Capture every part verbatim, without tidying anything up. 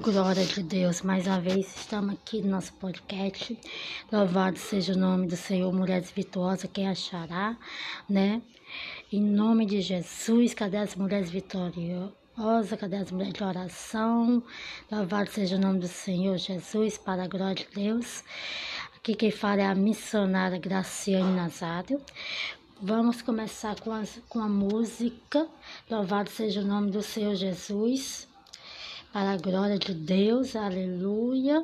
glória de Deus, mais uma vez estamos aqui no nosso podcast. Louvado seja o nome do Senhor, Mulheres Virtuosas, quem achará, né? Em nome de Jesus, cadê as mulheres vitoriosas? Cadê as mulheres de oração? Louvado seja o nome do Senhor Jesus, para a glória de Deus. Aqui quem fala é a missionária Graciane Nazário. Vamos começar com, as, com a música. Louvado seja o nome do Senhor Jesus, para a glória de Deus, aleluia.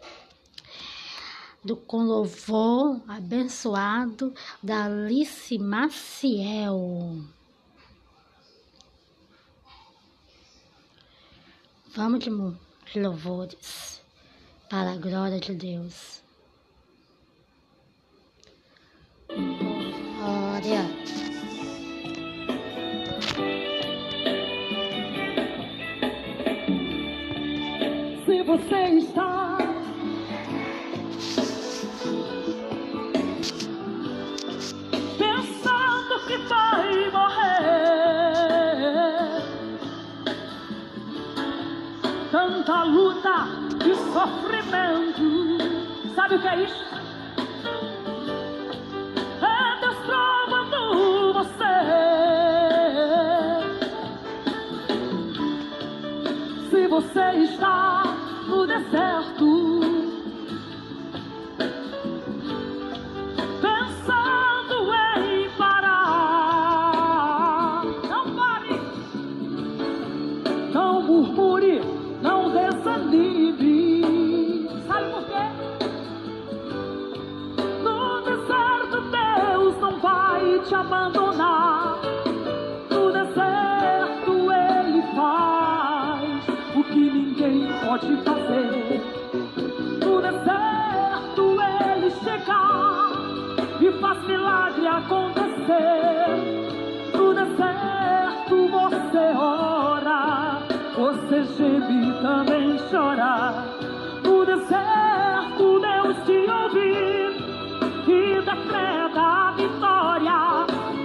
Do, com louvor abençoado da Alice Maciel. Vamos de, de louvores, para a glória de Deus. Glória. Se você está pensando que vai morrer, tanta luta e sofrimento, sabe o que é isso? É Deus provando você. Se você está no deserto, pensando em parar, não pare, não murmure, não desanime. Sabe por quê? No deserto Deus não vai te abandonar. No deserto Ele faz o que ninguém pode fazer. No deserto Ele chega e faz milagre acontecer. No deserto você ora, você geme e também chora. No deserto Deus te ouve e decreta a vitória.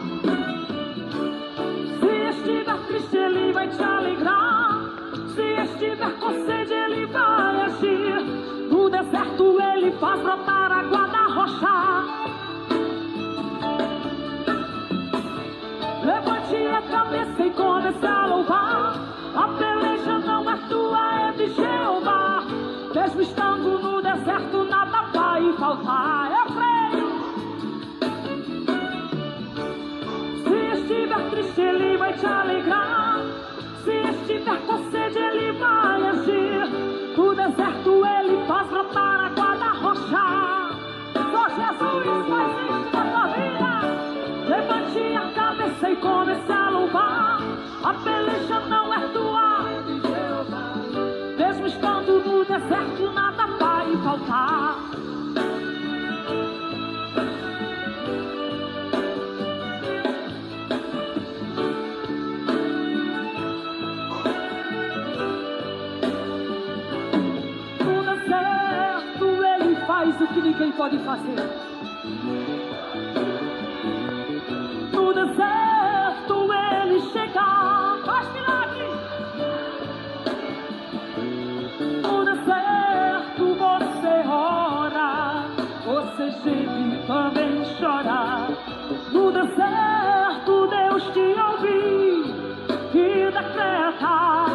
Se estiver triste Ele vai te alegrar. Se estiver com sede, Ele vai agir. No deserto Ele faz brotar água da rocha. Levante a cabeça e comece a louvar. A peleja não é tua, é de Jeová. Mesmo estando no deserto, nada vai faltar. Eu creio. Se estiver triste, Ele vai te alegrar. Se estiver com sede, Ele vai agir. No deserto Ele faz brotar água da rocha. Só Jesus faz isso na tua vida. Levante a cabeça e comece a louvar. A peleja não é tua, mesmo estando no deserto, nada vai faltar. Faz o que ninguém pode fazer. No deserto Ele chega, faz milagre. No deserto você ora, você geme e também chora. No deserto Deus te ouve e decreta.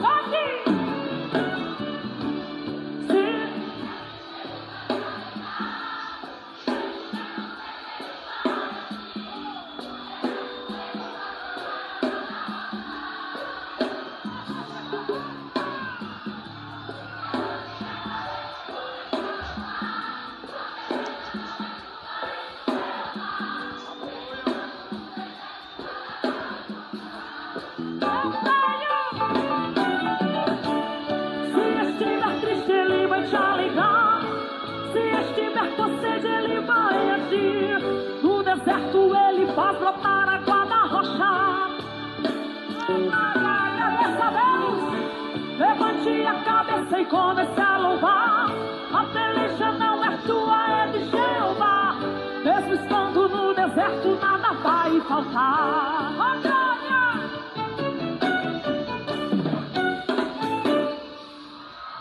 Ele faz brotar água da rocha. Agradeça a Deus. Levante a cabeça e comece a louvar. A peleja não é tua, é de Jeová. Mesmo estando no deserto, nada vai faltar. Oh, glória!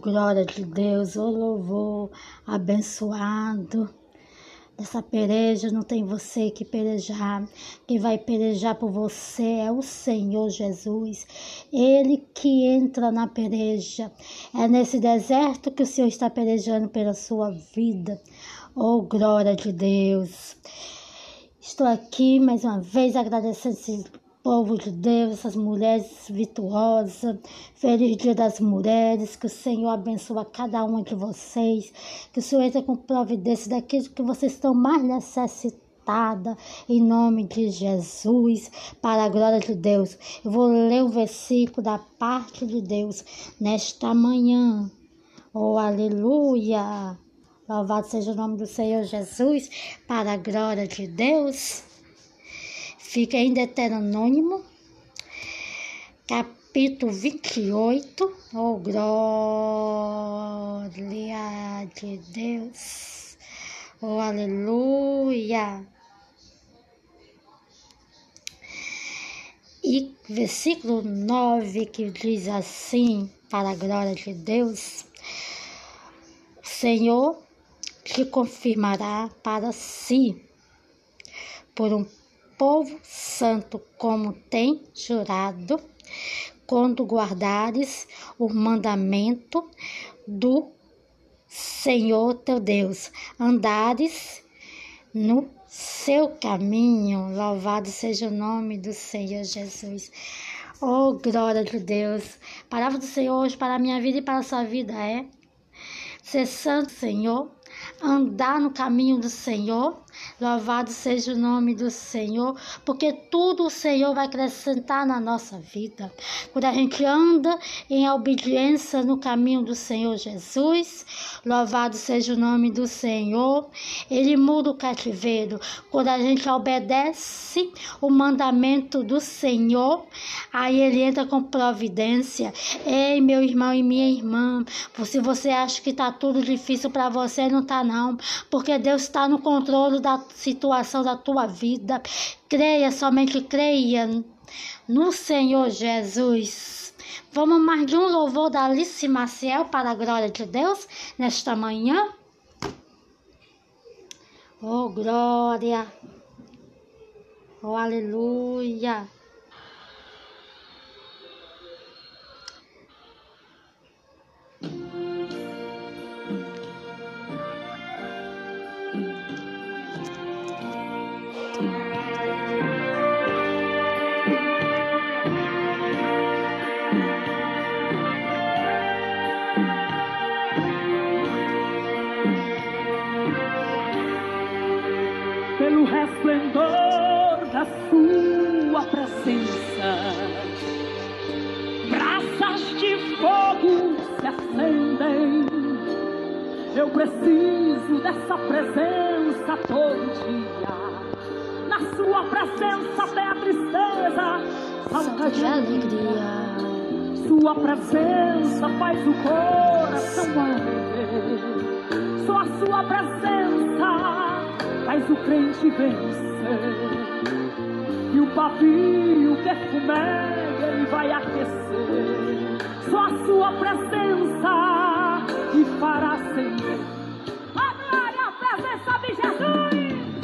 glória de Deus, oh louvor abençoado. Dessa peleja não tem você que pelejar. Quem vai pelejar por você é o Senhor Jesus. Ele que entra na peleja. É nesse deserto que o Senhor está pelejando pela sua vida. Oh, glória de Deus. Estou aqui mais uma vez agradecendo esse povo de Deus, essas mulheres virtuosas. Feliz Dia das Mulheres. Que o Senhor abençoe cada uma de vocês. Que o Senhor entre com providência daquilo que vocês estão mais necessitadas. Em nome de Jesus. Para a glória de Deus. Eu vou ler um versículo da parte de Deus nesta manhã. Oh, aleluia. Louvado seja o nome do Senhor Jesus. Para a glória de Deus. Fica em Deuteronômio, capítulo vinte e oito. Oh, glória de Deus. Oh, aleluia. E versículo nove, que diz assim, para a glória de Deus: o Senhor te confirmará para si, por um povo santo, como tem jurado, quando guardares o mandamento do Senhor teu Deus, andares no seu caminho. Louvado seja o nome do Senhor Jesus. Oh, glória de Deus. A palavra do Senhor hoje para a minha vida e para a sua vida é: ser santo, Senhor, andar no caminho do Senhor. Louvado seja o nome do Senhor, porque tudo o Senhor vai acrescentar na nossa vida. Quando a gente anda em obediência no caminho do Senhor Jesus, louvado seja o nome do Senhor, Ele muda o cativeiro. Quando a gente obedece o mandamento do Senhor, aí Ele entra com providência. Ei, meu irmão e minha irmã, se você acha que está tudo difícil para você, não está não, porque Deus está no controle da situação da tua vida. Creia, somente creia no Senhor Jesus. Vamos mais de um louvor da Alice Maciel para a glória de Deus nesta manhã. Oh, glória. Oh, aleluia. Pelo resplendor da sua presença, brasas de fogo se acendem. Eu preciso dessa presença todo dia. Na sua presença até a tristeza salta de alegria. Sua presença faz o coração arder. Só a sua presença faz o crente vencer. E o pavio que fumega ele vai aquecer. Só a sua presença me fará acender. A glória, a presença de Jesus.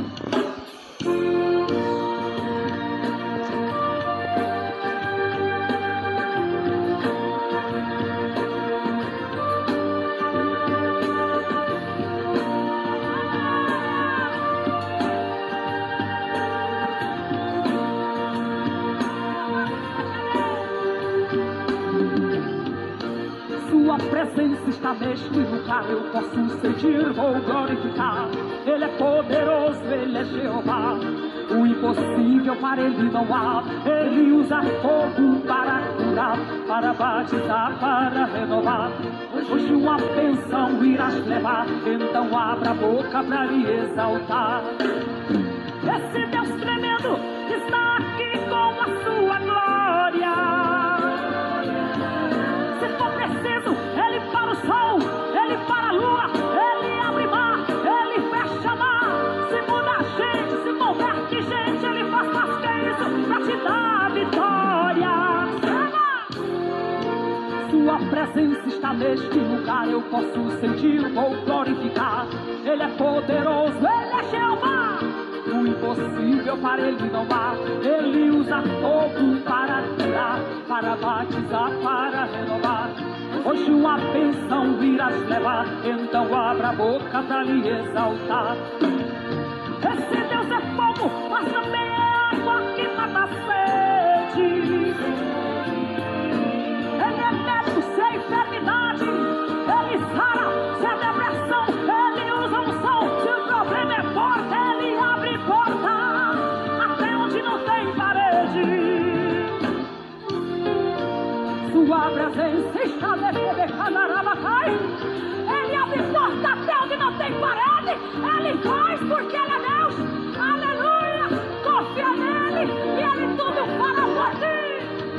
Sua presença está neste lugar, eu posso sentir, vou glorificar. Ele é poderoso, Ele é Jeová, o impossível para Ele não há. Ele usa fogo para curar, para batizar, para renovar. Hoje uma bênção irás levar, então abra a boca para lhe exaltar. Esse Deus tremendo está aqui com a sua glória. Se for preciso, Ele para o sol, Ele para a lua, Ele abre mar, Ele fecha mar. Se muda a gente, se converte gente, Ele faz mais que isso pra te dar vitória. Sua presença presença está neste lugar, eu posso sentir, vou glorificar. Ele é poderoso, Ele é Jeová. O impossível para Ele não há. Ele usa fogo para curar, para batizar, para renovar. Hoje uma bênção irás levar, então abra a boca para lhe exaltar. Esse Deus é fogo, mas também é água que mata a sede. Ele é médico sem enfermidade, Ele sara se é depressão, Ele usa unção. Se o problema é porta, Ele abre porta até onde não tem parede. Sua presença está nesse canarabacai. Ele abre porta até onde não tem parede. Ele faz porque Ele é Deus. Aleluia! Confia nele e Ele tudo fará por ti.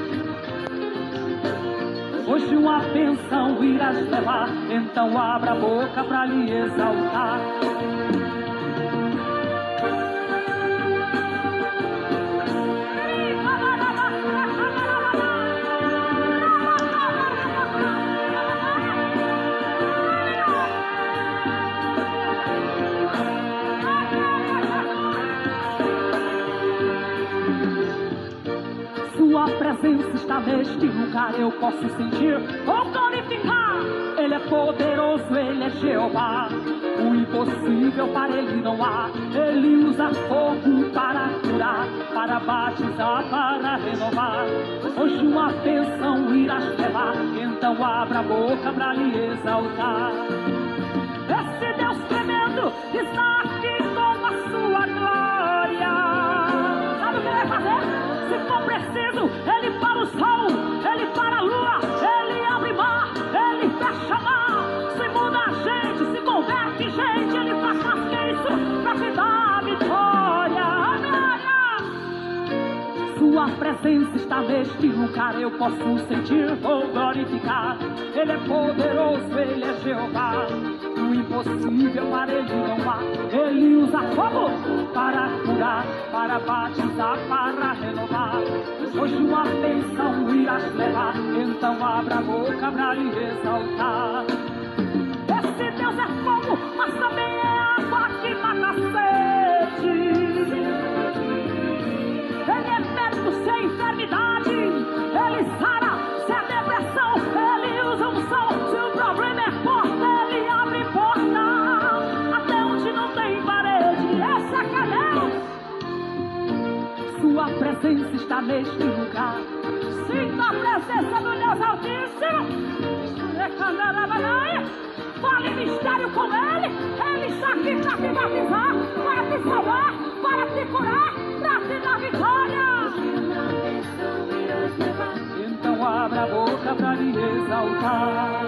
Hoje uma bênção irás levar, então abra a boca para lhe exaltar. Sua presença está neste lugar, eu posso sentir, vou glorificar. Ele é poderoso, Ele é Jeová. O impossível para Ele não há. Ele usa fogo para curar, para batizar, para renovar. Hoje uma bênção irás levar, então abra a boca para lhe exaltar. Esse Deus tremendo está aqui com a sua glória. Sabe o que Ele vai fazer? Se for preciso, Ele para o sol, Ele para a lua, Ele abre mar, Ele fecha mar. Se muda a gente, se converte gente, Ele faz mais que isso pra te dar a vitória. Sua presença está neste lugar, eu posso sentir, vou glorificar. Ele é poderoso, Ele é Jeová. O impossível para Ele não há. Ele usa fogo para curar, para batizar, para renovar. Hoje uma bênção irás levar, então abra a boca para lhe exaltar. Esse Deus é fogo, mas também é água que mata a sede. Ele é médico sem enfermidade, Ele sara se é depressão, Ele usa unção. Se o problema é porta, Ele abre porta até onde não tem parede. Esse é que é Deus. Sua presença está neste lugar. Sinta a presença do Deus Altíssimo. Fale mistério com Ele. Ele está aqui para te batizar, para te salvar, para te curar, para te dar vitória. Então abra a boca para lhe exaltar.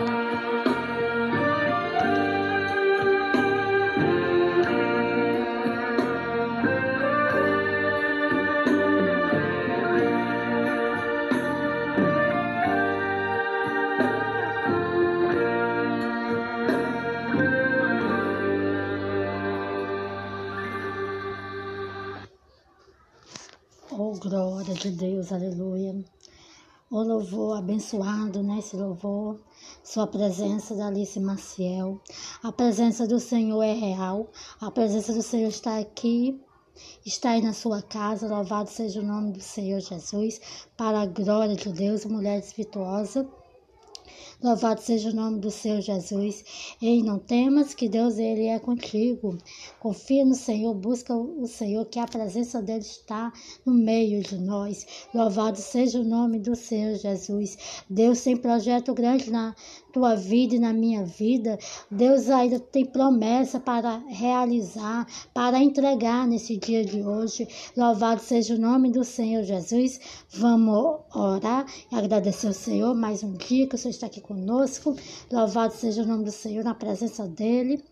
Oh, glória de Deus, aleluia. O louvor abençoado, né, esse louvor, sua presença da Alice Maciel. A presença do Senhor é real, a presença do Senhor está aqui, está aí na sua casa. Louvado seja o nome do Senhor Jesus, para a glória de Deus, mulher virtuosa. Louvado seja o nome do Senhor Jesus. Ei, não temas, que Deus, Ele é contigo. Confia no Senhor, busca o Senhor, que a presença dEle está no meio de nós. Louvado seja o nome do Senhor Jesus. Deus tem projeto grande na tua vida e na minha vida. Deus ainda tem promessa para realizar, para entregar nesse dia de hoje. Louvado seja o nome do Senhor Jesus. Vamos orar e agradecer ao Senhor mais um dia que o Senhor está aqui conosco. Louvado seja o nome do Senhor, na presença dEle.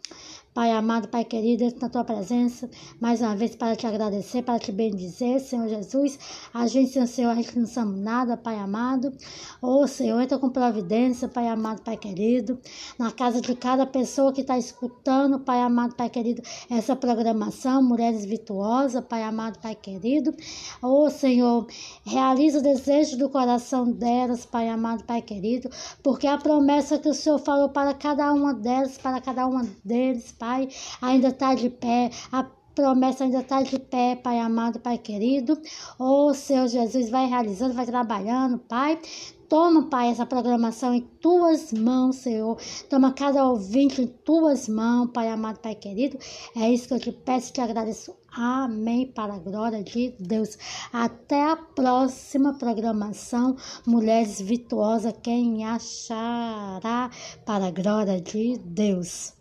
Pai amado, Pai querido, entro na tua presença, mais uma vez para te agradecer, para te bendizer, Senhor Jesus. A gente, sem o Senhor, a gente não sabe nada, Pai amado. Ô, Senhor, entra com providência, Pai amado, Pai querido, na casa de cada pessoa que está escutando, Pai amado, Pai querido, essa programação, Mulheres Virtuosas, Pai amado, Pai querido. Ô, Senhor, realiza o desejo do coração delas, Pai amado, Pai querido, porque a promessa que o Senhor falou para cada uma delas, para cada uma deles, Pai, ainda está de pé. A promessa ainda está de pé, Pai amado, Pai querido. Oh, Senhor Jesus, vai realizando, vai trabalhando, Pai. Toma, Pai, essa programação em tuas mãos, Senhor. Toma cada ouvinte em tuas mãos, Pai amado, Pai querido. É isso que eu te peço e te agradeço. Amém, para a glória de Deus. Até a próxima programação, Mulheres Virtuosas, quem achará, para a glória de Deus.